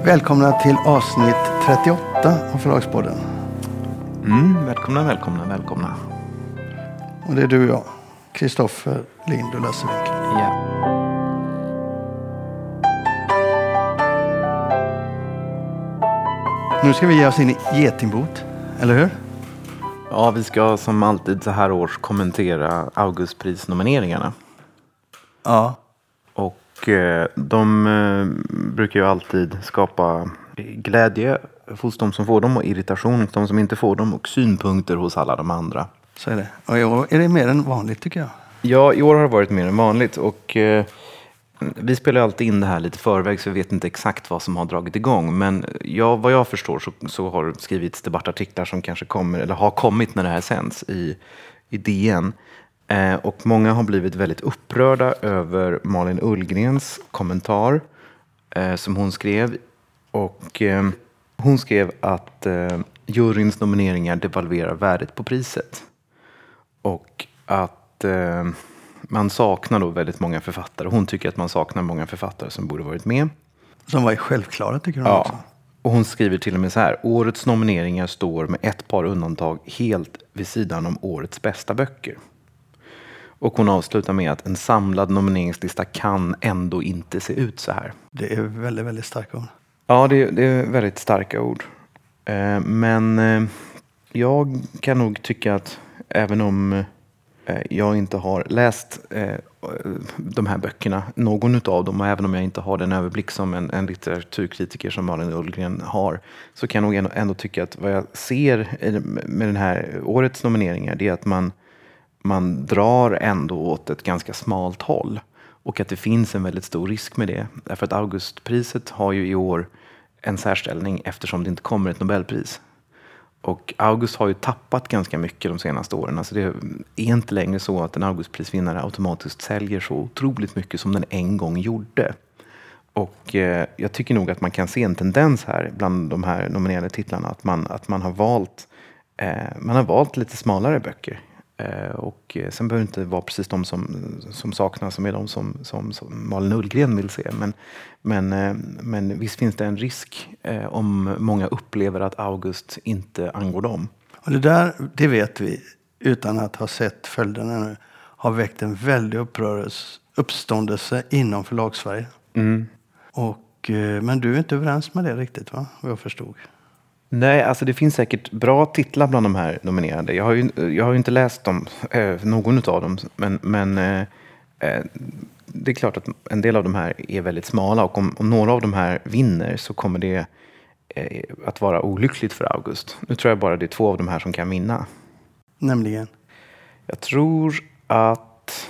Välkomna till avsnitt 38 av Förlagspodden. Välkomna. Och det är du och jag, Kristoffer Lind och Lasse Wink. Ja. Nu ska vi ge oss in i getingbot, eller hur? Ja, vi ska som alltid så här års kommentera Augustprisnomineringarna. Ja. Och de brukar ju alltid skapa glädje hos de som får dem och irritation hos de som inte får dem och synpunkter hos alla de andra. Så är det. Och i år är det mer än vanligt tycker jag. Ja, i år har det varit mer än vanligt och vi spelar alltid in det här lite förväg så vi vet inte exakt vad som har dragit igång. Men vad jag förstår så har det skrivits debattartiklar som kanske kommer eller har kommit när det här sänds i DN. Och många har blivit väldigt upprörda över Malin Ullgrens kommentar som hon skrev. Och hon skrev att juryns nomineringar devalverar värdet på priset. Och att man saknar då väldigt många författare. Hon tycker att man saknar många författare som borde varit med. Som var självklara tycker hon också. Och hon skriver till och med så här. Årets nomineringar står med ett par undantag helt vid sidan om årets bästa böcker. Och hon avslutar med att en samlad nomineringslista kan ändå inte se ut så här. Det är väldigt, väldigt starka ord. Ja, det är väldigt starka ord. Men jag kan nog tycka att även om jag inte har läst de här böckerna, någon av dem, och även om jag inte har den överblick som en litteraturkritiker som Malin Ullgren har, så kan jag nog ändå tycka att vad jag ser med den här årets nomineringar, det är att man drar ändå åt ett ganska smalt håll. Och att det finns en väldigt stor risk med det. Därför att Augustpriset har ju i år en särställning eftersom det inte kommer ett Nobelpris. Och August har ju tappat ganska mycket de senaste åren. Alltså det är inte längre så att en Augustprisvinnare automatiskt säljer så otroligt mycket som den en gång gjorde. Och jag tycker nog att man kan se en tendens här bland de här nominerade titlarna. Att man har valt lite smalare böcker. Och sen behöver det inte vara precis de som saknas som är de som Malin Ullgren vill se. Men visst finns det en risk om många upplever att August inte angår dem. Och det vet vi utan att ha sett följderna nu. Har väckt en väldig uppståndelse inom Förlagssverige. Mm. Men du är inte överens med det riktigt, va? Vad jag förstod. Nej, alltså det finns säkert bra titlar bland de här nominerade. Jag har ju inte läst dem, någon av dem. Men det är klart att en del av de här är väldigt smala. Och om några av de här vinner så kommer det att vara olyckligt för August. Nu tror jag bara det är 2 av de här som kan vinna. Nämligen? Jag tror att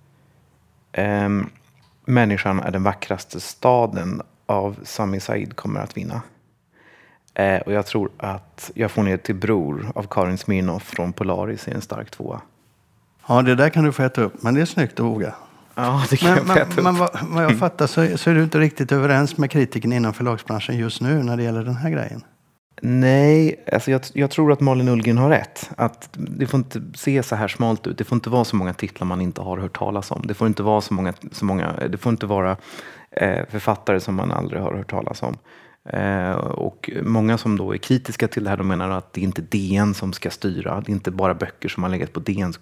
Människan är den vackraste staden av Sami Said kommer att vinna. Och jag tror att Jag får ner till bror av Karin Smirnoff från Polaris är en stark 2. Ja, det där kan du få äta upp. Men det är snyggt att våga. Ja, det kan jag få äta upp. Men vad jag fattar så är du inte riktigt överens med kritiken inom förlagsbranschen just nu när det gäller den här grejen. Nej, alltså jag tror att Malin Ullgren har rätt. Att det får inte se så här smalt ut. Det får inte vara så många titlar man inte har hört talas om. Det får inte vara så många det får inte vara författare som man aldrig har hört talas om. Och många som då är kritiska till det här, de menar att det är inte DN som ska styra. Det är inte bara böcker som har legat på DNs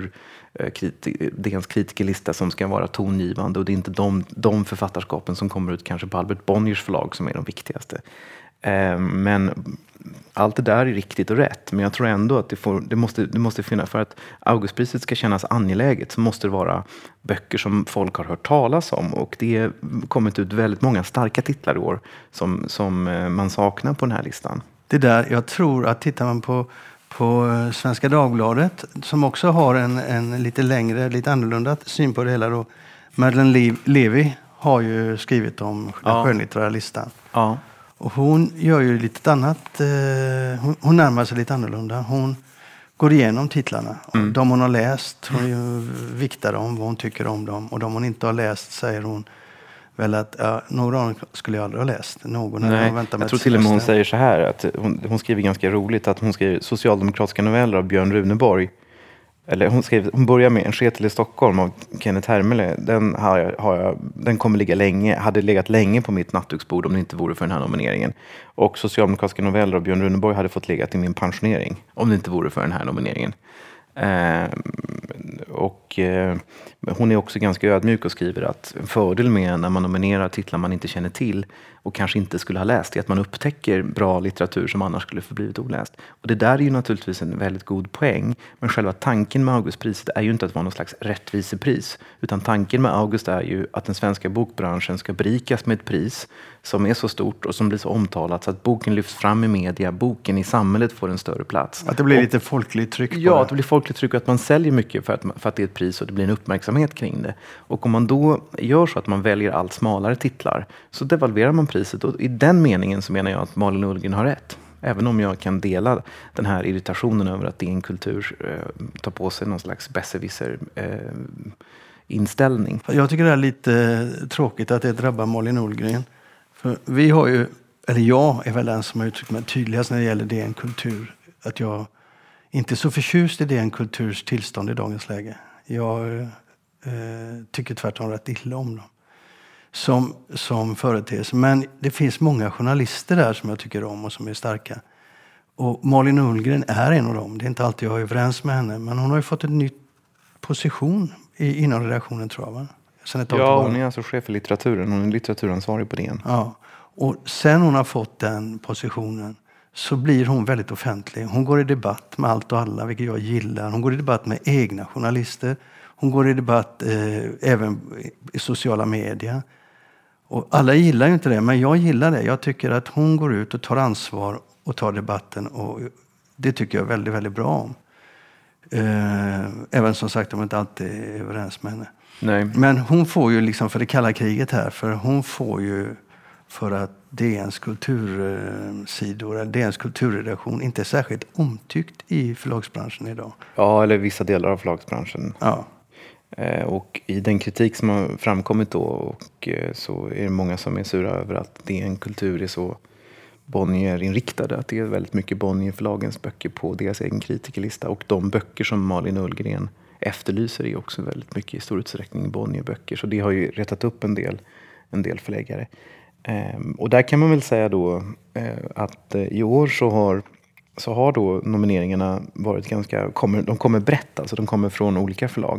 DNs kritikerlista som ska vara tongivande. Och det är inte de författarskapen som kommer ut kanske på Albert Bonniers förlag som är de viktigaste. Men allt det där är riktigt och rätt. Men jag tror ändå att det måste finnas, för att Augustpriset ska kännas angeläget så måste det vara böcker som folk har hört talas om. Och det har kommit ut väldigt många starka titlar i år som man saknar på den här listan. Det där, jag tror att tittar man på Svenska Dagbladet som också har en lite längre, lite annorlunda syn på det hela då. Madeleine Levi har ju skrivit om den skönlitterära listan. Ja. Och hon gör ju lite annat, hon närmar sig lite annorlunda. Hon går igenom titlarna. Mm. De hon har läst, hon viktar dem, vad hon tycker om dem. Och de hon inte har läst säger hon väl att några av dem skulle jag aldrig ha läst. Jag tror till och med hon säger så här, att hon skriver ganska roligt att hon skriver socialdemokratiska noveller av Björn Runeborg. eller hon börjar med En sketel i Stockholm av Kenneth Hermele. Den kommer ligga länge, hade legat länge på mitt nattduksbord om det inte vore för den här nomineringen. Och Socialdemokratiska noveller av Björn Runeborg hade fått legat i min pensionering om det inte vore för den här nomineringen. Hon är också ganska ödmjuk och skriver att en fördel med när man nominerar titlar man inte känner till och kanske inte skulle ha läst är att man upptäcker bra litteratur som annars skulle förblivit oläst. Och det där är ju naturligtvis en väldigt god poäng, men själva tanken med Augustpriset är ju inte att vara någon slags rättvisepris, utan tanken med August är ju att den svenska bokbranschen ska berikas med ett pris som är så stort och som blir så omtalat så att boken lyfts fram i media, boken i samhället får en större plats. Att det blir lite folkligt tryck på Ja, att det blir folkligt tryck och att man säljer mycket för att det är ett pris och det blir en uppmärksamhet kring det. Och om man då gör så att man väljer allt smalare titlar så devalverar man priset. Och i den meningen så menar jag att Malin Ullgren har rätt. Även om jag kan dela den här irritationen över att DN Kultur tar på sig någon slags besserwisser inställning. Jag tycker det är lite tråkigt att det drabbar Malin Ullgren. För vi har ju, eller jag är väl den som har uttryckt mig tydligast när det gäller DN Kultur. Att jag inte är så förtjust i DN Kulturs tillstånd i dagens läge. Jag tycker tvärtom rätt illa om dem som företeelse. Men det finns många journalister där som jag tycker om och som är starka. Och Malin Ullgren är en av dem. Det är inte alltid jag är överens med henne. Men hon har ju fått en ny position inom redaktionen, tror jag, va? Hon är alltså chef för litteraturen. Hon är litteraturansvarig på DN. Ja, och sen hon har fått den positionen så blir hon väldigt offentlig. Hon går i debatt med allt och alla, vilket jag gillar. Hon går i debatt med egna journalister. Hon går i debatt även i sociala medier. Och alla gillar ju inte det, men jag gillar det. Jag tycker att hon går ut och tar ansvar och tar debatten. Och det tycker jag är väldigt, väldigt bra om. Även som sagt om jag inte alltid är överens med henne. Nej. Men hon får ju liksom för det kalla kriget här. För hon får ju för att DNs kultursidor eller DNs kulturredaktion inte är särskilt omtyckt i förlagsbranschen idag. Ja, eller vissa delar av förlagsbranschen. Ja. Och i den kritik som har framkommit då och så är det många som är sura över att DN Kultur är så Bonnier-inriktade. Att det är väldigt mycket Bonnier-förlagens böcker på deras egen kritikerlista. Och de böcker som Malin Ullgren efterlyser är också väldigt mycket i stor utsträckning Bonnier-böcker. Så det har ju rättat upp en del förläggare. Och där kan man väl säga då att i år så har då nomineringarna varit de kommer brett, alltså de kommer från olika förlag.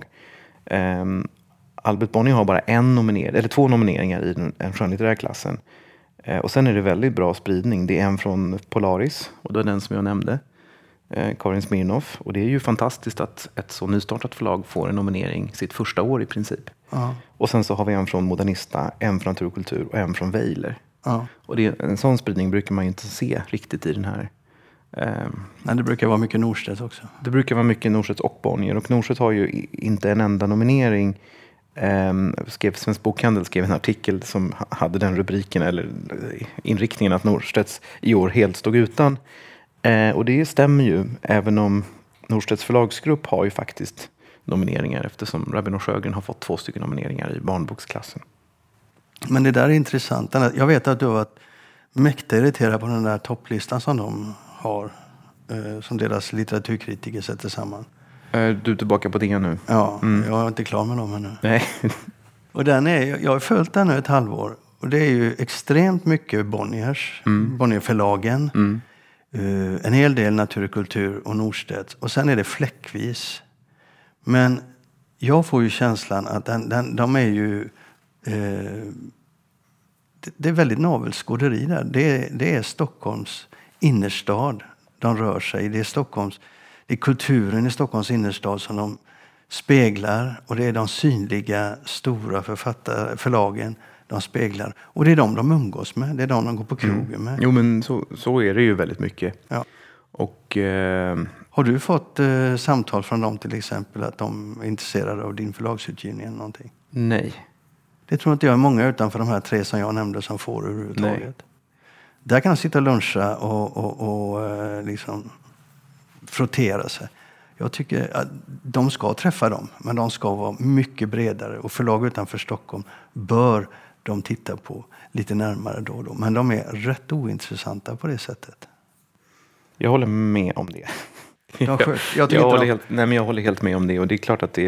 Albert Bonnier har bara 2 nomineringar i den skönlitterära klassen. Och sen är det väldigt bra spridning. Det är en från Polaris, och det är den som jag nämnde, Karin Smirnoff. Och det är ju fantastiskt att ett så nystartat förlag får en nominering sitt första år i princip. Ja. Och sen så har vi en från Modernista, en från Natur och kultur och en från Weiler. Ja. Och en sån spridning brukar man ju inte se riktigt i den här. Men det brukar vara mycket Norstedts också. Det brukar vara mycket Norstedts och Bonnier. Och Norstedts har ju inte en enda nominering. Svensk Bokhandel skrev en artikel som hade den rubriken eller inriktningen att Norstedts i år helt stod utan. Och det stämmer ju, även om Norstedts förlagsgrupp har ju faktiskt nomineringar, eftersom Rabin och Sjögren har fått 2 stycken nomineringar i barnboksklassen. Men det där är intressant. Jag vet att du har varit mäktigt irriterad på den där topplistan som de har, som deras litteraturkritiker sätter samman. Du är tillbaka på det nu? Ja, jag är inte klar med dem ännu. Nej. Och jag har följt den nu ett halvår. Och det är ju extremt mycket Bonnierförlagen. En hel del Natur och kultur och Norstedts. Och sen är det fläckvis. Men jag får ju känslan att de är ju... det är väldigt navelskåderi där. Det är Stockholms innerstad de rör sig. Det är kulturen i Stockholms innerstad som de speglar. Och det är de synliga, stora förlagen de speglar. Och det är de umgås med. Det är de går på krogen med. Jo, men så är det ju väldigt mycket. Ja. Och, har du fått samtal från dem till exempel att de är intresserade av din förlagsutgivning eller någonting? Nej. Det tror inte jag är många utanför de här 3 som jag nämnde som får överhuvudtaget. Nej. Där kan de sitta och luncha och liksom frottera sig. Jag tycker att de ska träffa dem, men de ska vara mycket bredare. Och förlag utanför Stockholm bör de titta på lite närmare då och då. Men de är rätt ointressanta på det sättet. Jag håller med om det. Jag tycker jag håller helt med om det. Och det är klart att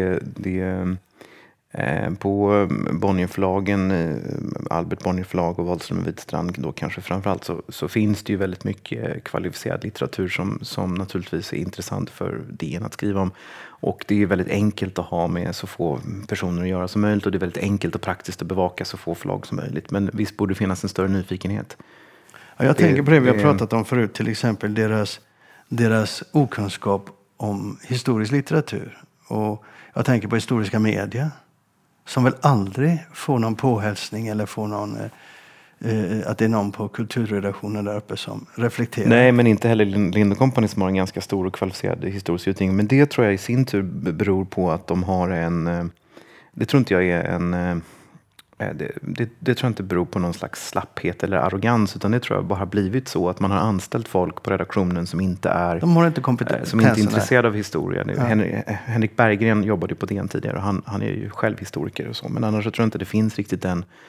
på Bonnierförlagen, Albert Bonnier förlag och Wahlström och Widstrand då kanske framförallt, så finns det ju väldigt mycket kvalificerad litteratur som naturligtvis är intressant för DN att skriva om. Och det är väldigt enkelt att ha med så få personer att göra som möjligt, och det är väldigt enkelt och praktiskt att bevaka så få förlag som möjligt. Men visst borde det finnas en större nyfikenhet. Ja, jag tänker på det vi har pratat om förut, till exempel deras okunskap om historisk litteratur. Och jag tänker på historiska media som väl aldrig får någon påhälsning eller får någon att det är någon på kulturredaktionen där uppe som reflekterar. Nej, men inte heller Lind & Company som har en ganska stor och kvalificerad historisk utgivning. Men det tror jag i sin tur beror på att de har det tror inte jag är en... Det tror jag inte beror på någon slags slapphet eller arrogans, utan det tror jag bara har blivit så att man har anställt folk på redaktionen som inte är, de har inte kompetens, som inte är intresserade av historia. Ja. Henrik Berggren jobbade på DN tidigare och han är ju själv historiker och så, men annars så tror jag inte det finns riktigt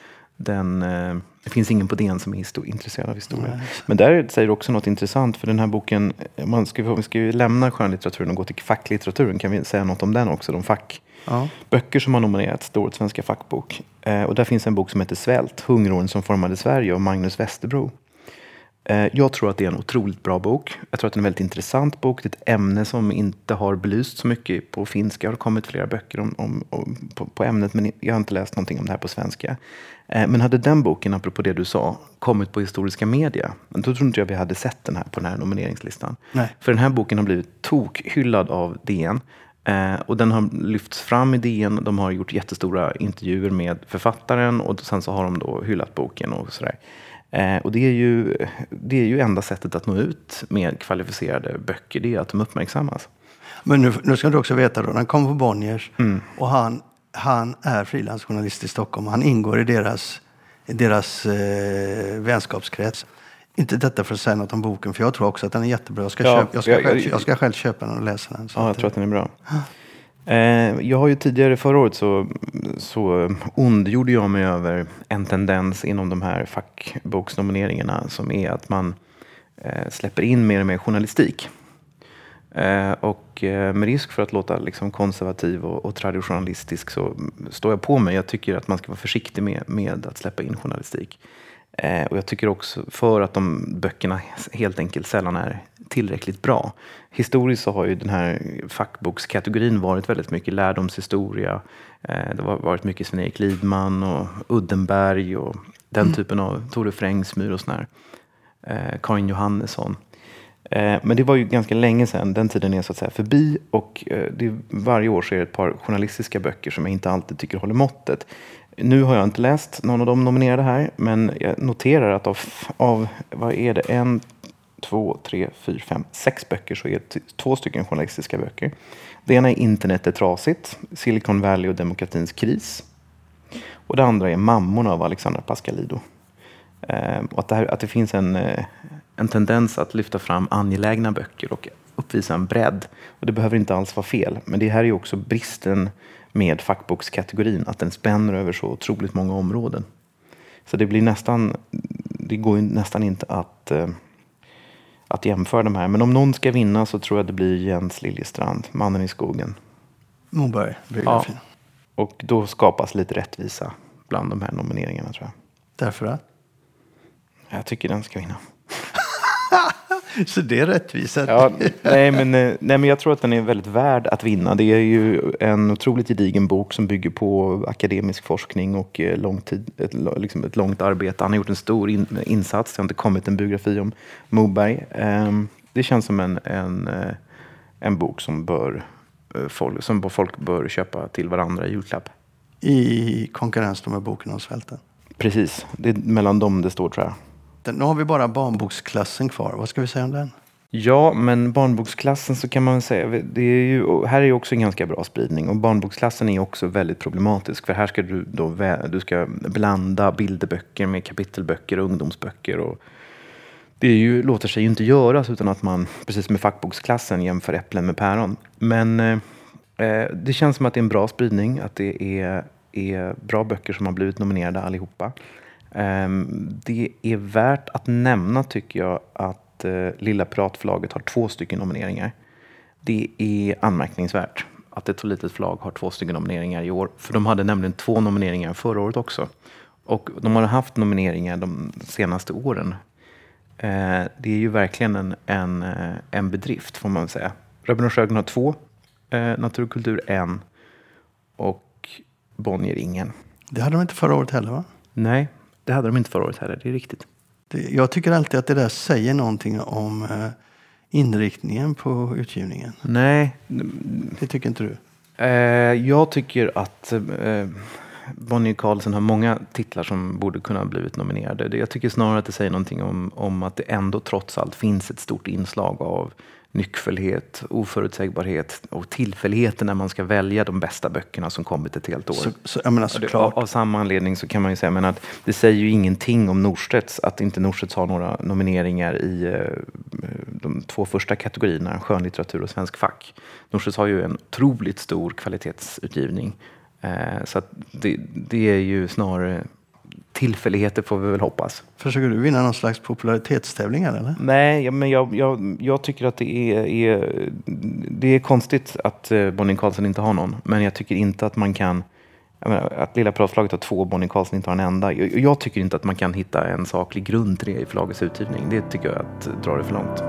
det finns ingen på DN som är intresserad av historia. Nej. Men där säger du också något intressant, för den här boken, vi ska ju lämna skönlitteraturen och gå till facklitteraturen, kan vi säga något om den också, de böcker som har nominerats till årets svenska fackbok. Och där finns en bok som heter Svält, hungeråren som formade Sverige av Magnus Westerbro. Jag tror att det är en otroligt bra bok. Jag tror att det är en väldigt intressant bok. Det är ett ämne som inte har belyst så mycket på finska. Det har kommit flera böcker på ämnet, men jag har inte läst någonting om det här på svenska. Men hade den boken, apropå det du sa, kommit på historiska media, då tror inte jag vi hade sett den här på den här nomineringslistan. Nej. För den här boken har blivit tokhyllad av DN. Och den har lyfts fram i DN. De har gjort jättestora intervjuer med författaren, och sen så har de då hyllat boken och sådär. Och det är ju enda sättet att nå ut med kvalificerade böcker, det är att de uppmärksammas. Men nu ska du också veta då, han kom på Bonniers och han är frilansjournalist i Stockholm. Han ingår i deras vänskapskrets. Inte detta för att säga något om boken, för jag tror också att den är jättebra. Jag ska själv köpa den och läsa den. Ja, jag tror att den är bra. Jag har ju tidigare förra året så ondgjorde jag mig över en tendens inom de här fackboksnomineringarna, som är att man släpper in mer och mer journalistik. Och med risk för att låta liksom konservativ och traditionalistisk så står jag på mig. Jag tycker att man ska vara försiktig med att släppa in journalistik. Och jag tycker också för att de böckerna helt enkelt sällan är tillräckligt bra. Historiskt så har ju den här fackbokskategorin varit väldigt mycket lärdomshistoria. Det har varit mycket Sven-Erik Lidman och Uddenberg och den typen av Tore Frängsmyr och sån här. Karin Johannesson. Men det var ju ganska länge sedan, den tiden är så att säga förbi, och varje år så är det ett par journalistiska böcker som jag inte alltid tycker håller måttet. Nu har jag inte läst någon av de nominerade här, men jag noterar att av vad är det, 1, 2, 3, 4, 5, 6 böcker så är det 2 stycken journalistiska böcker. Det ena är Internet är trasigt, Silicon Valley och demokratins kris. Och det andra är Mammorna av Alexandra Pascalidou. Och att det finns en tendens att lyfta fram angelägna böcker och uppvisa en bredd. Och det behöver inte alls vara fel, men det här är också bristen med fackbokskategorin, att den spänner över så otroligt många områden. Så det går ju nästan inte att jämföra de här. Men om någon ska vinna så tror jag det blir Jens Liljestrand, Mannen i skogen. Moberg, biografin. Ja. Och då skapas lite rättvisa bland de här nomineringarna, tror jag. Därför att? Jag tycker den ska vinna. Så det är rättvisa. Ja, nej, men jag tror att den är väldigt värd att vinna. Det är ju en otroligt gedigen bok som bygger på akademisk forskning och ett långt arbete. Han har gjort en stor insats. Det har inte kommit en biografi om Moberg. Det känns som en bok som folk bör köpa till varandra i julklapp. I konkurrens med boken om svälten. Precis, det är mellan dem det står, tror jag. Nu har vi bara barnboksklassen kvar. Vad ska vi säga om den? Ja, men barnboksklassen så kan man väl säga, här är ju också en ganska bra spridning, och barnboksklassen är också väldigt problematisk, för här ska du ska blanda bilderböcker med kapitelböcker och ungdomsböcker, och det låter sig ju inte göras utan att man, precis med fackboksklassen, jämför äpplen med päron. Men det känns som att det är en bra spridning, att det är bra böcker som har blivit nominerade allihopa. Det är värt att nämna, tycker jag, att Lilla Piratförlaget har 2 stycken nomineringar. Det är anmärkningsvärt att ett så litet förlag har 2 stycken nomineringar i år. För de hade nämligen 2 nomineringar förra året också. Och de har haft nomineringar de senaste åren. Det är ju verkligen en bedrift, får man säga. Röbben och Sjögren har 2, Natur och kultur 1 och Bonnier ingen. Det hade de inte förra året heller, va? Nej, det hade de inte förra året heller, det är riktigt. Jag tycker alltid att det där säger någonting om inriktningen på utgivningen. Nej. Det tycker inte du? Jag tycker att Bonnier Carlsen har många titlar som borde kunna ha blivit nominerade. Jag tycker snarare att det säger någonting om att det ändå trots allt finns ett stort inslag av nyckfullhet, oförutsägbarhet och tillfälligheter när man ska välja de bästa böckerna som kommit ett helt år. Jag menar såklart. Av samma anledning så kan man ju säga att det säger ju ingenting om Norstedts att inte Norstedts har några nomineringar i de 2 första kategorierna, skönlitteratur och svensk fack. Norstedts har ju en otroligt stor kvalitetsutgivning. Så att det är ju snarare tillfälligheter, får vi väl hoppas. Försöker du vinna någon slags popularitetstävling här, eller? Nej, men jag tycker att det är konstigt att Bonnier Carlsen inte har någon. Men jag tycker inte att man kan... att Lilla Piratförlaget har 2, Bonnier Carlsen inte har en enda. Jag tycker inte att man kan hitta en saklig grund till det i förlagets utgivning. Det tycker jag att drar det för långt.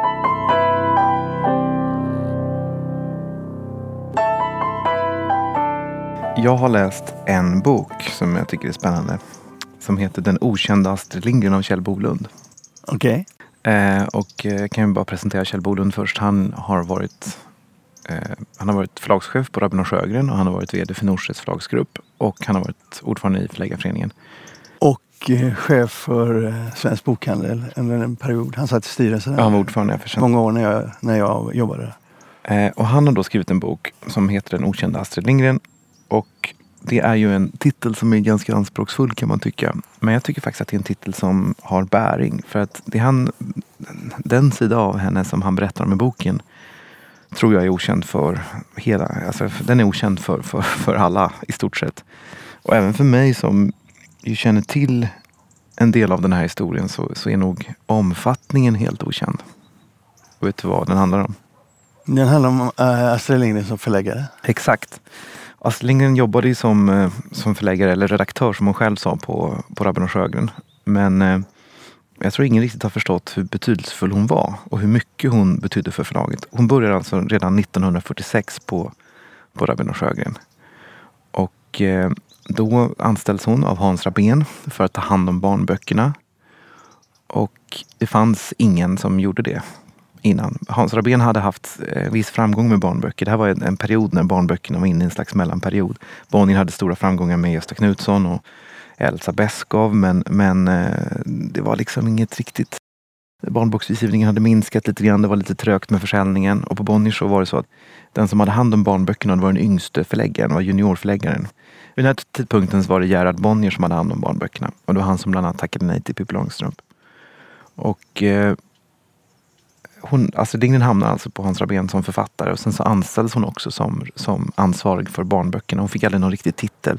Jag har läst en bok som jag tycker är spännande. Som heter Den okända Astrid Lindgren av Kjell Bolund. Okej. Och kan ju bara presentera Kjell Bolund först. Han har varit förlagschef på Röbben och Sjögren och han har varit vd för Norstedts förlagsgrupp. Och han har varit ordförande i Förläggarföreningen. Och chef för Svensk Bokhandel under en period. Han satt i styrelsen. Ja, han var ordförande för många år när jag jobbade där. Och han har då skrivit en bok som heter Den okända Astrid Lindgren. Och det är ju en titel som är ganska anspråksfull, kan man tycka. Men jag tycker faktiskt att det är en titel som har bäring. För att den sida av henne som han berättar om i boken tror jag är okänd för hela. Alltså, den är okänd för alla i stort sett. Och även för mig som ju känner till en del av den här historien så är nog omfattningen helt okänd. Och vet du vad den handlar om? Den handlar om Astrid Lindgren som förläggare. Exakt. Astrid Lindgren jobbade ju som förläggare eller redaktör, som hon själv sa, på Röbben och Sjögren. Men jag tror ingen riktigt har förstått hur betydelsefull hon var och hur mycket hon betydde för förlaget. Hon började alltså redan 1946 på Röbben och Sjögren. Och då anställs hon av Hans Rabén för att ta hand om barnböckerna. Och det fanns ingen som gjorde det innan. Hans Rabén hade haft viss framgång med barnböcker. Det här var en period när barnböckerna var inne i en slags mellanperiod. Bonnier hade stora framgångar med Gösta Knutsson och Elsa Beskow, men det var liksom inget riktigt. Barnboksutgivningen hade minskat lite grann, det var lite trögt med försäljningen. Och på Bonnier så var det så att den som hade hand om barnböckerna var den yngste förläggaren, var juniorförläggaren. Vid den här tidpunkten var det Gerhard Bonnier som hade hand om barnböckerna. Och det var han som bland annat tackade nej till Pippi Långstrump. Och Astrid Lindgren hamnade alltså på Hans Rabén som författare. Och sen så anställdes hon också som ansvarig för barnböckerna. Hon fick aldrig någon riktig titel.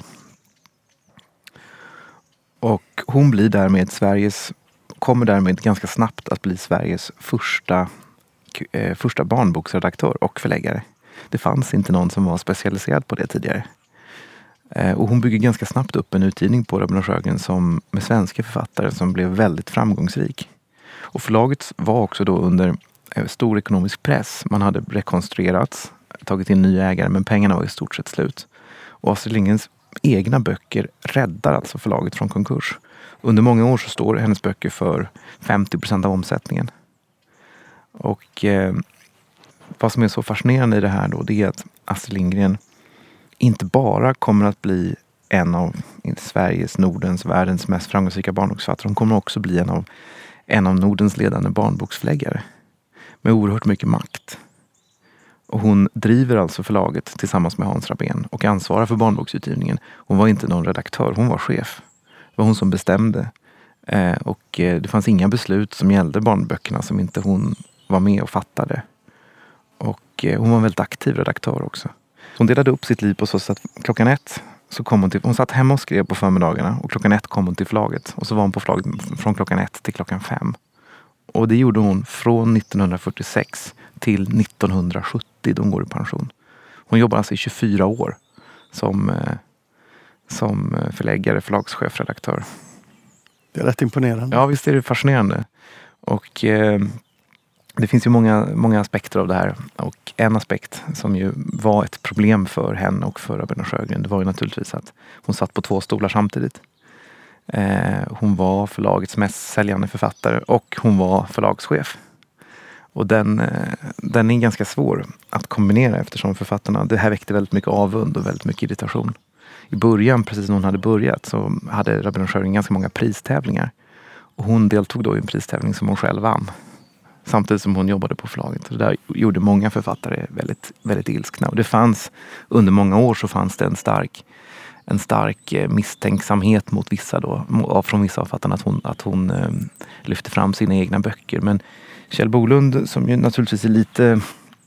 Och hon kommer därmed ganska snabbt att bli Sveriges första barnboksredaktör och förläggare. Det fanns inte någon som var specialiserad på det tidigare. Och hon bygger ganska snabbt upp en utgivning på Röbben och Sjögren med svenska författare som blev väldigt framgångsrik. Och förlaget var också då under stor ekonomisk press. Man hade rekonstruerats, tagit in nya ägare, men pengarna var i stort sett slut. Och Astrid Lindgrens egna böcker räddar alltså förlaget från konkurs. Under många år så står hennes böcker för 50% av omsättningen. Och vad som är så fascinerande i det här då, det är att Astrid Lindgren inte bara kommer att bli en av Sveriges, Nordens, världens mest framgångsrika barnboksförfattare. Hon kommer också bli en av Nordens ledande barnboksförläggare. Med oerhört mycket makt. Och hon driver alltså förlaget tillsammans med Hans Rabén och ansvarar för barnboksutgivningen. Hon var inte någon redaktör, hon var chef. Det var hon som bestämde. Och det fanns inga beslut som gällde barnböckerna som inte hon var med och fattade. Och hon var en väldigt aktiv redaktör också. Hon delade upp sitt liv på så sätt att klockan 1 så kom hon satt hemma och skrev på förmiddagarna och klockan 1 kom hon till förlaget. Och så var hon på förlaget från klockan 1 till klockan 5. Och det gjorde hon från 1946 till 1970 då hon går i pension. Hon jobbar alltså i 24 år som förläggare, förlagschef, redaktör. Det är rätt imponerande. Ja, visst är det fascinerande. Och det finns ju många aspekter av det här. Och en aspekt som ju var ett problem för henne och för Rabén och Sjögren, det var ju naturligtvis att hon satt på 2 stolar samtidigt. Hon var förlagets mest säljande författare och hon var förlagschef. Och den är ganska svår att kombinera eftersom författarna, det här väckte väldigt mycket avund och väldigt mycket irritation. I början, precis när hon hade börjat, så hade Rabén och Sjögren ganska många pristävlingar. Och hon deltog då i en pristävling som hon själv vann. Samtidigt som hon jobbade på förlaget. Och där gjorde många författare väldigt, väldigt ilskna. Och det fanns, under många år så fanns det en stark misstänksamhet mot vissa då, från vissa författarna att hon lyfte fram sina egna böcker. Men Kjell Bohlund, som ju naturligtvis är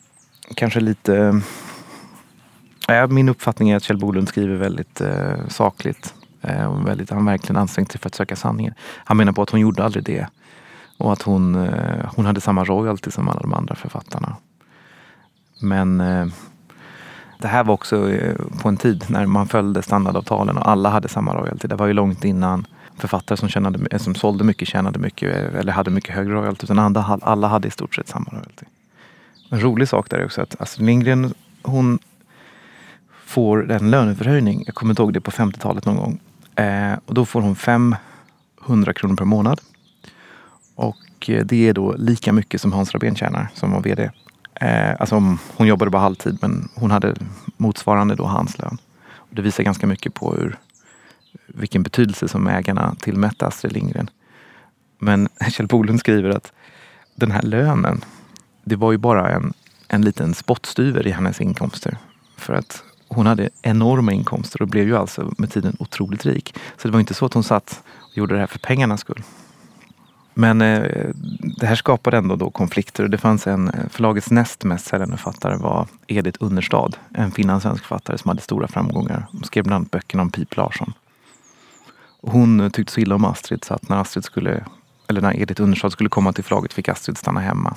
min uppfattning är att Kjell Bohlund skriver väldigt sakligt. Han verkligen ansträngt sig för att söka sanningen. Han menar på att hon gjorde aldrig det. Och att hon hade samma royalty som alla de andra författarna. Men det här var också på en tid när man följde standardavtalen och alla hade samma royalty. Det var ju långt innan författare som sålde mycket tjänade mycket eller hade mycket högre royalty. Utan alla hade i stort sett samma royalty. En rolig sak där är också att Astrid Lindgren, hon får en löneförhöjning. Jag kommer inte ihåg det på 50-talet någon gång. Och då får hon 500 kronor per månad. Och det är då lika mycket som Hans Rabén tjänar som var vd. Alltså hon jobbade bara halvtid men hon hade motsvarande då hans lön. Och det visar ganska mycket på vilken betydelse som ägarna tillmätte Astrid Lindgren. Men Kjell Bohlund skriver att den här lönen, det var ju bara en liten spottstyver i hennes inkomster. För att hon hade enorma inkomster och blev ju alltså med tiden otroligt rik. Så det var inte så att hon satt och gjorde det här för pengarnas skull. Men det här skapade ändå då konflikter. Det fanns förlagets näst mest säljande författare var Edith Unnerstad. En finlandssvensk författare som hade stora framgångar. Hon skrev bland annat böckerna om Pip Larsson. Och hon tyckte så illa om Astrid så att när Edith Unnerstad skulle komma till förlaget fick Astrid stanna hemma.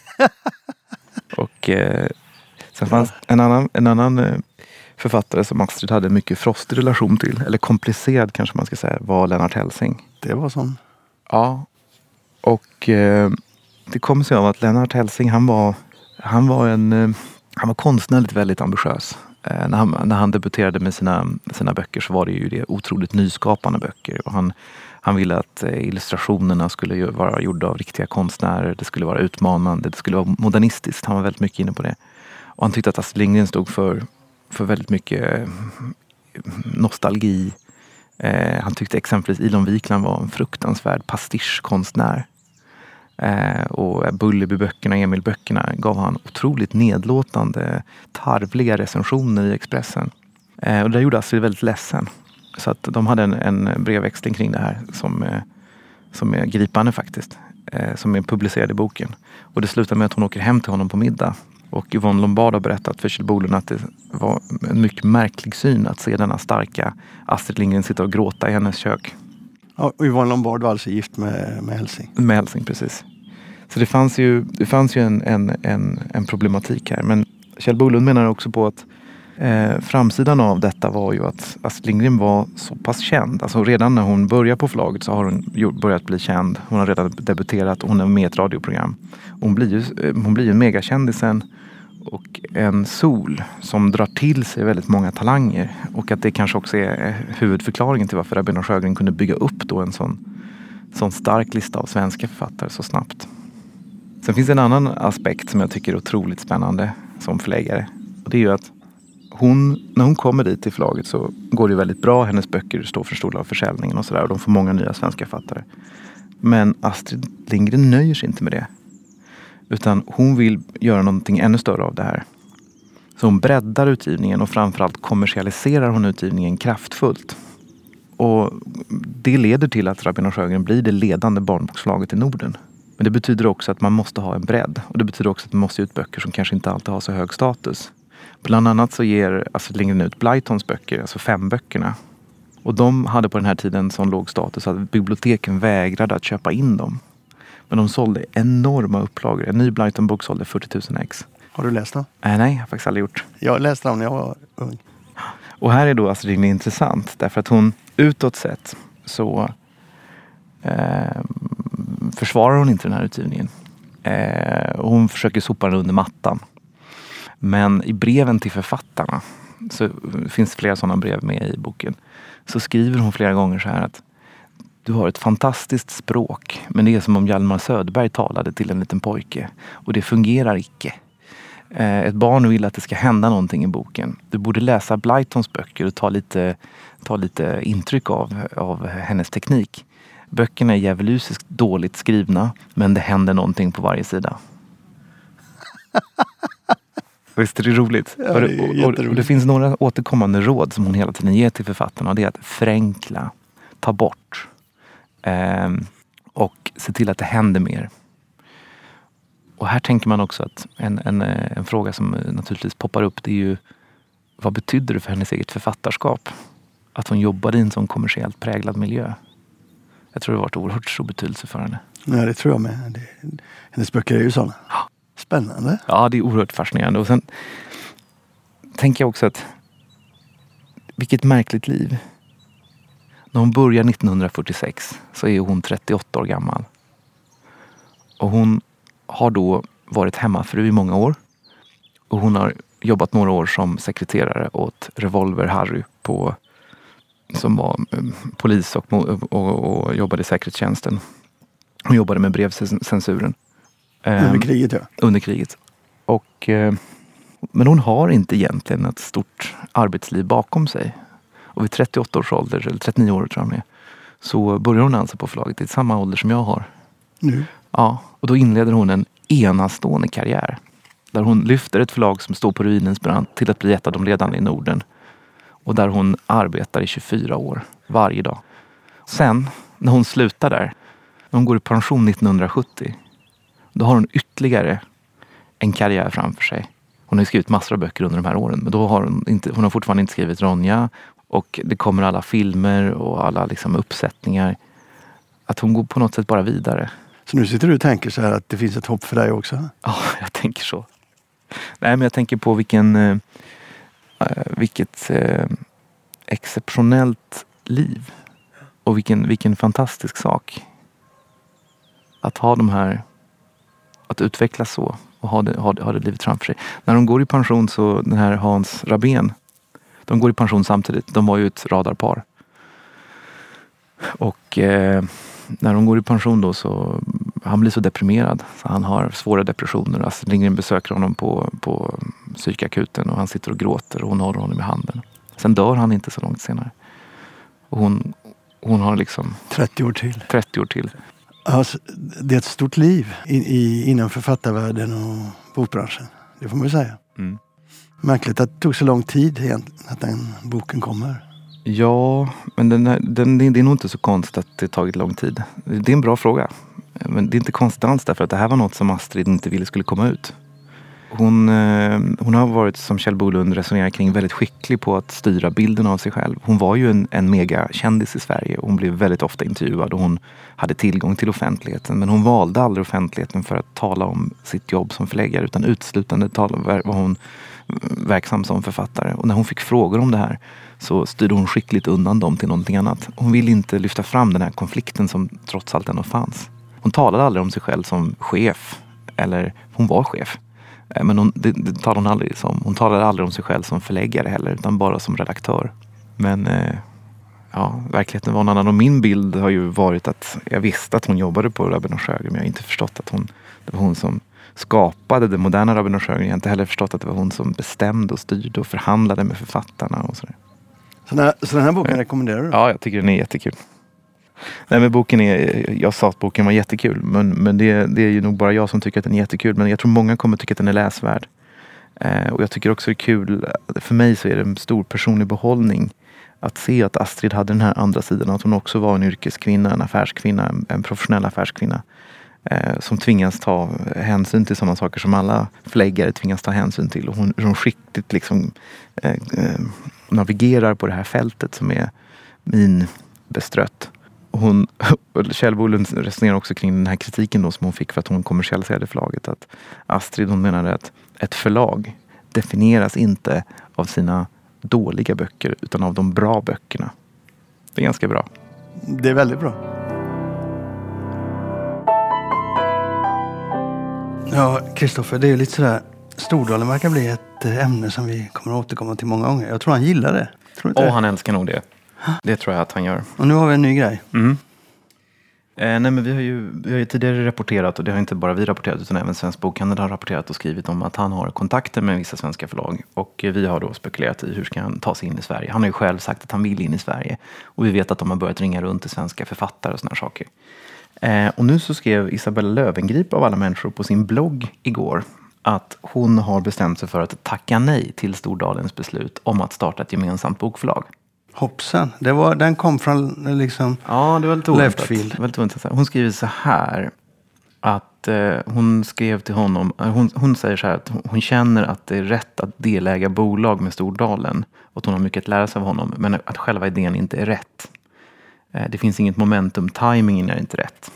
Och sen fanns en annan författare som Astrid hade mycket frostig relation till. Eller komplicerad kanske man ska säga, var Lennart Hellsing. Det var sån. Ja. Och det kom sig av att Lennart Hellsing, han var konstnärligt väldigt ambitiös. När han debuterade med sina böcker så var det ju det otroligt nyskapande böcker. Och han ville att illustrationerna skulle vara gjorda av riktiga konstnärer. Det skulle vara utmanande, det skulle vara modernistiskt. Han var väldigt mycket inne på det. Och han tyckte att Astrid Lindgren stod för väldigt mycket nostalgi. Han tyckte exempelvis Ilon Wikland var en fruktansvärd pastischkonstnär. Och Bullerby-böckerna, Emil-böckerna gav han otroligt nedlåtande, tarvliga recensioner i Expressen. Och det gjorde Astrid väldigt ledsen. Så att de hade en brevväxling kring det här som är gripande faktiskt. Som är publicerad i boken. Och det slutar med att hon åker hem till honom på middag. Och Yvonne Lombard har berättat för Kjell Bohlund att det var en mycket märklig syn att se denna starka Astrid Lindgren sitta och gråta i hennes kök. Ja, och Yvonne Lombard var alltså gift med Hellsing. Med Hellsing, precis. Så det fanns ju en problematik här. Men Kjell Bohlund menar också på att framsidan av detta var ju att Astrid Lindgren var så pass känd. Alltså redan när hon började på förlaget så har hon börjat bli känd. Hon har redan debuterat och hon är med i ett radioprogram. Hon blir ju en megakändisen och en sol som drar till sig väldigt många talanger. Och att det kanske också är huvudförklaringen till varför Rabén och Sjögren kunde bygga upp då en sån stark lista av svenska författare så snabbt. Sen finns en annan aspekt som jag tycker är otroligt spännande som förläggare. Och det är ju att när hon kommer dit till förlaget så går det väldigt bra. Hennes böcker står för stor av försäljningen och sådär. Och de får många nya svenska författare. Men Astrid Lindgren nöjer sig inte med det. Utan hon vill göra någonting ännu större av det här. Så hon breddar utgivningen och framförallt kommersialiserar hon utgivningen kraftfullt. Och det leder till att Rabén och Sjögren blir det ledande barnboksförlaget i Norden. Men det betyder också att man måste ha en bredd. Och det betyder också att man måste ge ut böcker som kanske inte alltid har så hög status. Bland annat så ger Astrid Lindgren ut Blytons böcker, alltså 5 böckerna. Och de hade på den här tiden sån låg status att biblioteken vägrade att köpa in dem. Men de sålde enorma upplagor. En ny Blyton-bok sålde 40 000 ex. Har du läst den? Nej, jag har faktiskt aldrig gjort. Jag läste den när jag var ung. Och här är då Astrid Lindgren intressant. Därför att hon utåt sett så försvarar hon inte den här utgivningen. Hon försöker sopa den under mattan. Men i breven till författarna, så finns flera sådana brev med i boken, så skriver hon flera gånger så här att du har ett fantastiskt språk, men det är som om Hjalmar Söderberg talade till en liten pojke. Och det fungerar icke. Ett barn vill att det ska hända någonting i boken. Du borde läsa Blytons böcker och ta lite intryck av hennes teknik. Böckerna är djävulusiskt dåligt skrivna, men det händer någonting på varje sida. Visst är det roligt? Ja, det är jätteroligt. Och det finns några återkommande råd som hon hela tiden ger till författarna. Och det är att förenkla, ta bort och se till att det händer mer. Och här tänker man också att en fråga som naturligtvis poppar upp, det är ju vad betyder det för hennes eget författarskap att hon jobbade i en sån kommersiellt präglad miljö? Jag tror det har varit oerhört stor betydelse för henne. Ja, det tror jag med. Hennes böcker är ju sådana. Spännande. Ja, det är oerhört fascinerande. Och sen tänker jag också att vilket märkligt liv. När hon börjar 1946 så är hon 38 år gammal. Och hon har då varit hemmafru i många år. Och hon har jobbat några år som sekreterare åt Revolver Harry som var polis och jobbade i säkerhetstjänsten. Hon jobbade med brevcensuren. Under kriget, ja. Under kriget. Men hon har inte egentligen ett stort arbetsliv bakom sig. Och vid 38 års ålder, eller 39 år tror jag med, så börjar hon alltså på förlaget i samma ålder som jag har. Nu? Ja, och då inleder hon en enastående karriär. Där hon lyfter ett förlag som står på ruinens brant till att bli ett av de ledande i Norden. Och där hon arbetar i 24 år, varje dag. Sen, när hon slutar där, när hon går i pension 1970, då har hon ytterligare en karriär framför sig. Hon har skrivit massor av böcker under de här åren, men då har hon har fortfarande inte skrivit Ronja. Och det kommer alla filmer och alla liksom uppsättningar. Att hon går på något sätt bara vidare. Så nu sitter du och tänker så här att det finns ett hopp för dig också? Ja, jag tänker så. Nej, men jag tänker på vilket exceptionellt liv. Och vilken fantastisk sak. Att ha de här, att utvecklas så och ha det livet framför sig. När de går i pension, så den här Hans Rabén, de går i pension samtidigt. De var ju ett radarpar. Och när de går i pension då, så han blir så deprimerad så han har svåra depressioner. Astrid Lindgren besöker honom på psykakuten och han sitter och gråter och hon håller honom i handen. Sen dör han inte så långt senare. Och hon har liksom 30 år till. 30 år till. Alltså, det är ett stort liv inom författarvärlden och bokbranschen. Det får man ju säga. Mm. Märkligt att det tog så lång tid egentligen att den boken kommer. Ja, men det är nog inte så konstigt att det tagit lång tid. Det är en bra fråga. Men det är inte konstigt alls därför att det här var något som Astrid inte ville skulle komma ut. Hon har varit, som Kjell Bolund resonerar kring, väldigt skicklig på att styra bilden av sig själv. Hon var ju en megakändis i Sverige. Hon blev väldigt ofta intervjuad och hon hade tillgång till offentligheten. Men hon valde aldrig offentligheten för att tala om sitt jobb som förläggare, utan uteslutande var hon verksam som författare. Och när hon fick frågor om det här så styrde hon skickligt undan dem till någonting annat. Hon ville inte lyfta fram den här konflikten som trots allt ändå fanns. Hon talade aldrig om sig själv som chef, eller hon var chef. Men det talade hon aldrig som. Hon talade aldrig om sig själv som förläggare heller, utan bara som redaktör. Men verkligheten var en annan. Och min bild har ju varit att jag visste att hon jobbade på Rabén och Sjögren, men jag har inte förstått att det var hon som skapade det moderna Rabén och Sjögren. Jag har inte heller förstått att det var hon som bestämde och styrde och förhandlade med författarna och sådär. Så den här boken rekommenderar du? Ja, jag tycker den är jättekul. Nej, men jag sa att boken var jättekul, men det är ju nog bara jag som tycker att den är jättekul. Men jag tror många kommer tycka att den är läsvärd. Och jag tycker också det är kul, för mig så är det en stor personlig behållning att se att Astrid hade den här andra sidan, att hon också var en yrkeskvinna, en affärskvinna, en professionell affärskvinna. Som tvingas ta hänsyn till sådana saker som alla förläggare tvingas ta hänsyn till. Och hon skickligt liksom navigerar på det här fältet som är minbestrött. Kjell Bolund resonerar också kring den här kritiken då som hon fick för att hon kommersialiserade förlaget. Att Astrid, hon menade att ett förlag definieras inte av sina dåliga böcker utan av de bra böckerna. Det är ganska bra. Det är väldigt bra. Ja, Kristoffer, det är ju lite sådär. Stordalen verkar bli ett ämne som vi kommer att återkomma till många gånger. Jag tror han gillar det. Han älskar nog det. Det tror jag att han gör. Och nu har vi en ny grej. Nej, men vi har ju tidigare rapporterat, och det har inte bara vi rapporterat utan även Svensk Bokhandel har rapporterat och skrivit om att han har kontakter med vissa svenska förlag. Och vi har då spekulerat i hur ska han ta sig in i Sverige. Han har ju själv sagt att han vill in i Sverige. Och vi vet att de har börjat ringa runt till svenska författare och såna saker. Och nu så skrev Isabella Löwengrip av alla människor på sin blogg igår att hon har bestämt sig för att tacka nej till Stordalens beslut om att starta ett gemensamt bokförlag. Hoppsan, den kom från liksom ja, det var lite left field. Hon skriver så här att hon skrev till honom, hon säger så här att hon känner att det är rätt att deläga bolag med Stordalen och att hon har mycket att lära sig av honom, men att själva idén inte är rätt. Det finns inget momentum, timingen är inte rätt.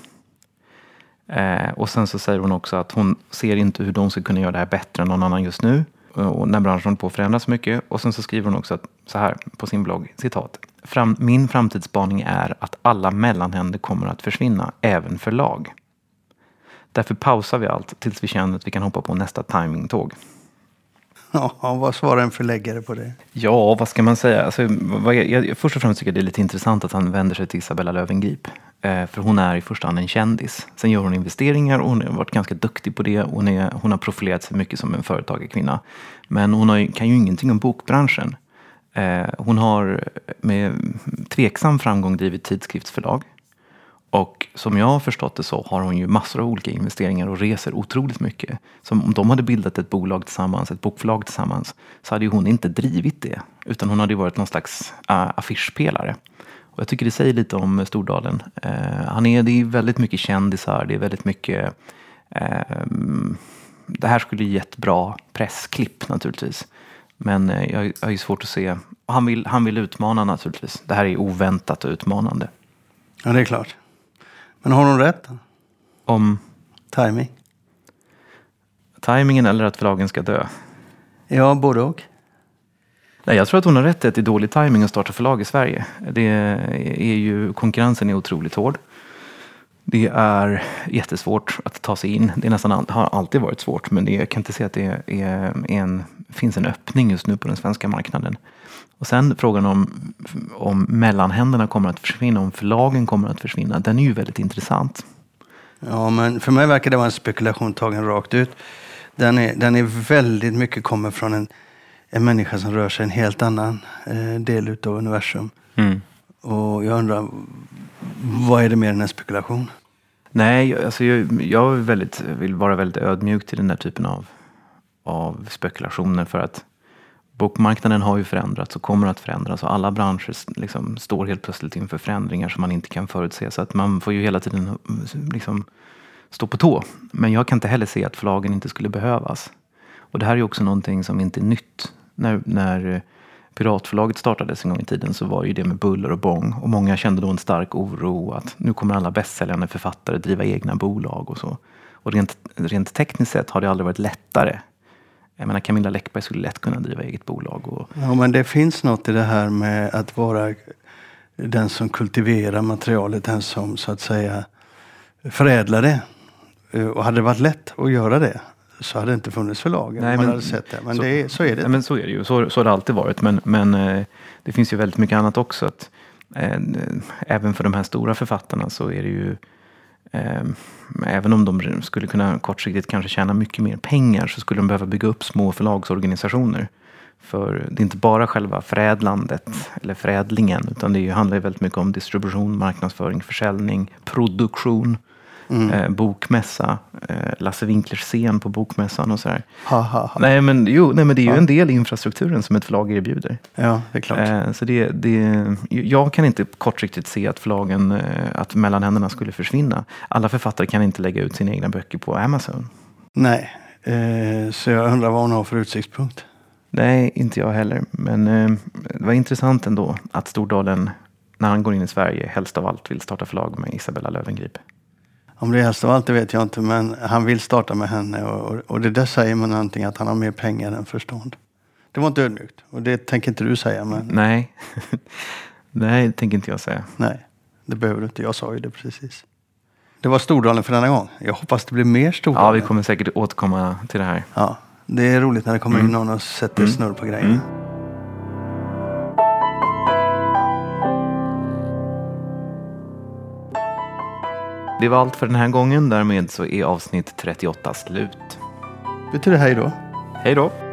Och sen så säger hon också att hon ser inte hur de ska kunna göra det här bättre än någon annan just nu. Och när branschen håller på att förändras mycket. Och sen så skriver hon också att, så här på sin blogg, citat. Min framtidsspaning är att alla mellanhänder kommer att försvinna, även förlag. Därför pausar vi allt tills vi känner att vi kan hoppa på nästa timingtåg. Ja, vad svarar en förläggare på det? Ja, vad ska man säga? Alltså, först och främst tycker jag det är lite intressant att han vänder sig till Isabella Löwengrip. För hon är i första hand en kändis. Sen gör hon investeringar och hon har varit ganska duktig på det. Hon har profilerat sig mycket som en företagarkvinna. Men hon kan ju ingenting om bokbranschen. Hon har med tveksam framgång drivit tidskriftsförlag. Och som jag har förstått det så har hon ju massor av olika investeringar och reser otroligt mycket. Så om de hade bildat ett bolag tillsammans, ett bokförlag tillsammans, så hade ju hon inte drivit det. Utan hon hade ju varit någon slags affischpelare. Och jag tycker det säger lite om Stordalen. Det är väldigt mycket kändisar, det är väldigt mycket... det här skulle ge ett bra pressklipp naturligtvis. Men jag har ju svårt att se... Han vill utmana naturligtvis. Det här är oväntat och utmanande. Ja, det är klart. Men har hon rätt? Om? Timing. Timingen eller att förlagen ska dö? Ja, både och. Nej, jag tror att hon har rätt i att det är dålig timing att starta förlag i Sverige. Konkurrensen är otroligt hård. Det är jättesvårt att ta sig in. Det har alltid varit svårt, men jag kan inte se att det finns en öppning just nu på den svenska marknaden. Och sen frågan om mellanhänderna kommer att försvinna, om förlagen kommer att försvinna, den är ju väldigt intressant. Ja, men för mig verkar det vara en spekulation tagen rakt ut. Den är väldigt mycket kommer från en människa som rör sig en helt annan del utav universum. Mm. Och jag undrar, vad är det mer än en spekulation? Nej, alltså jag vill vara väldigt ödmjuk till den där typen av spekulationer, för att bokmarknaden har ju förändrats och kommer att förändras, och alla branscher liksom står helt plötsligt inför förändringar som man inte kan förutse, så att man får ju hela tiden liksom stå på tå. Men jag kan inte heller se att förlagen inte skulle behövas. Och det här är ju också någonting som inte är nytt. När Piratförlaget startades en gång i tiden så var ju det med buller och bång, och många kände då en stark oro att nu kommer alla bästsäljande författare driva egna bolag och så. Och rent tekniskt sett har det aldrig varit lättare. Jag menar, Camilla Läckberg skulle lätt kunna driva eget bolag. Ja, men det finns något i det här med att vara den som kultiverar materialet, den som så att säga förädlar det. Och hade det varit lätt att göra det så hade det inte funnits förlag. Nej, man hade sett det. Men så är det. Nej, men så är det ju. Så har det alltid varit. Men det finns ju väldigt mycket annat också. Att, även för de här stora författarna så är det ju... även om de skulle kunna kortsiktigt kanske tjäna mycket mer pengar, så skulle de behöva bygga upp små förlagsorganisationer. För det är inte bara själva förädlandet eller förädlingen, utan det handlar ju väldigt mycket om distribution, marknadsföring, försäljning, produktion, bokmässa, Lasse Winklers scen på bokmässan och sådär. Nej, men det är ju en del i infrastrukturen som ett förlag erbjuder. Ja, det är klart. Så jag kan inte kortsiktigt se att förlagen, att mellanhänderna skulle försvinna. Alla författare kan inte lägga ut sina egna böcker på Amazon. Nej, så jag undrar vad hon har för utsiktspunkt. Nej, inte jag heller. Men det var intressant ändå att Stordalen när han går in i Sverige helst av allt vill starta förlag med Isabella Löwengrip? Om det är helst av allt, det vet jag inte. Men han vill starta med henne. Och det där säger man någonting att han har mer pengar än förstånd. Det var inte ödmjukt. Och det tänker inte du säga. Men... Nej. Nej, det tänker inte jag säga. Nej, det behöver du inte. Jag sa ju det precis. Det var Stordalen för denna gång. Jag hoppas det blir mer Stordalen. Ja, vi kommer säkert återkomma till det här. Ja, det är roligt när det kommer in någon och sätter snurr på grejen. Det var allt för den här gången. Därmed så är avsnitt 38 slut. Betyder hej då? Hej då!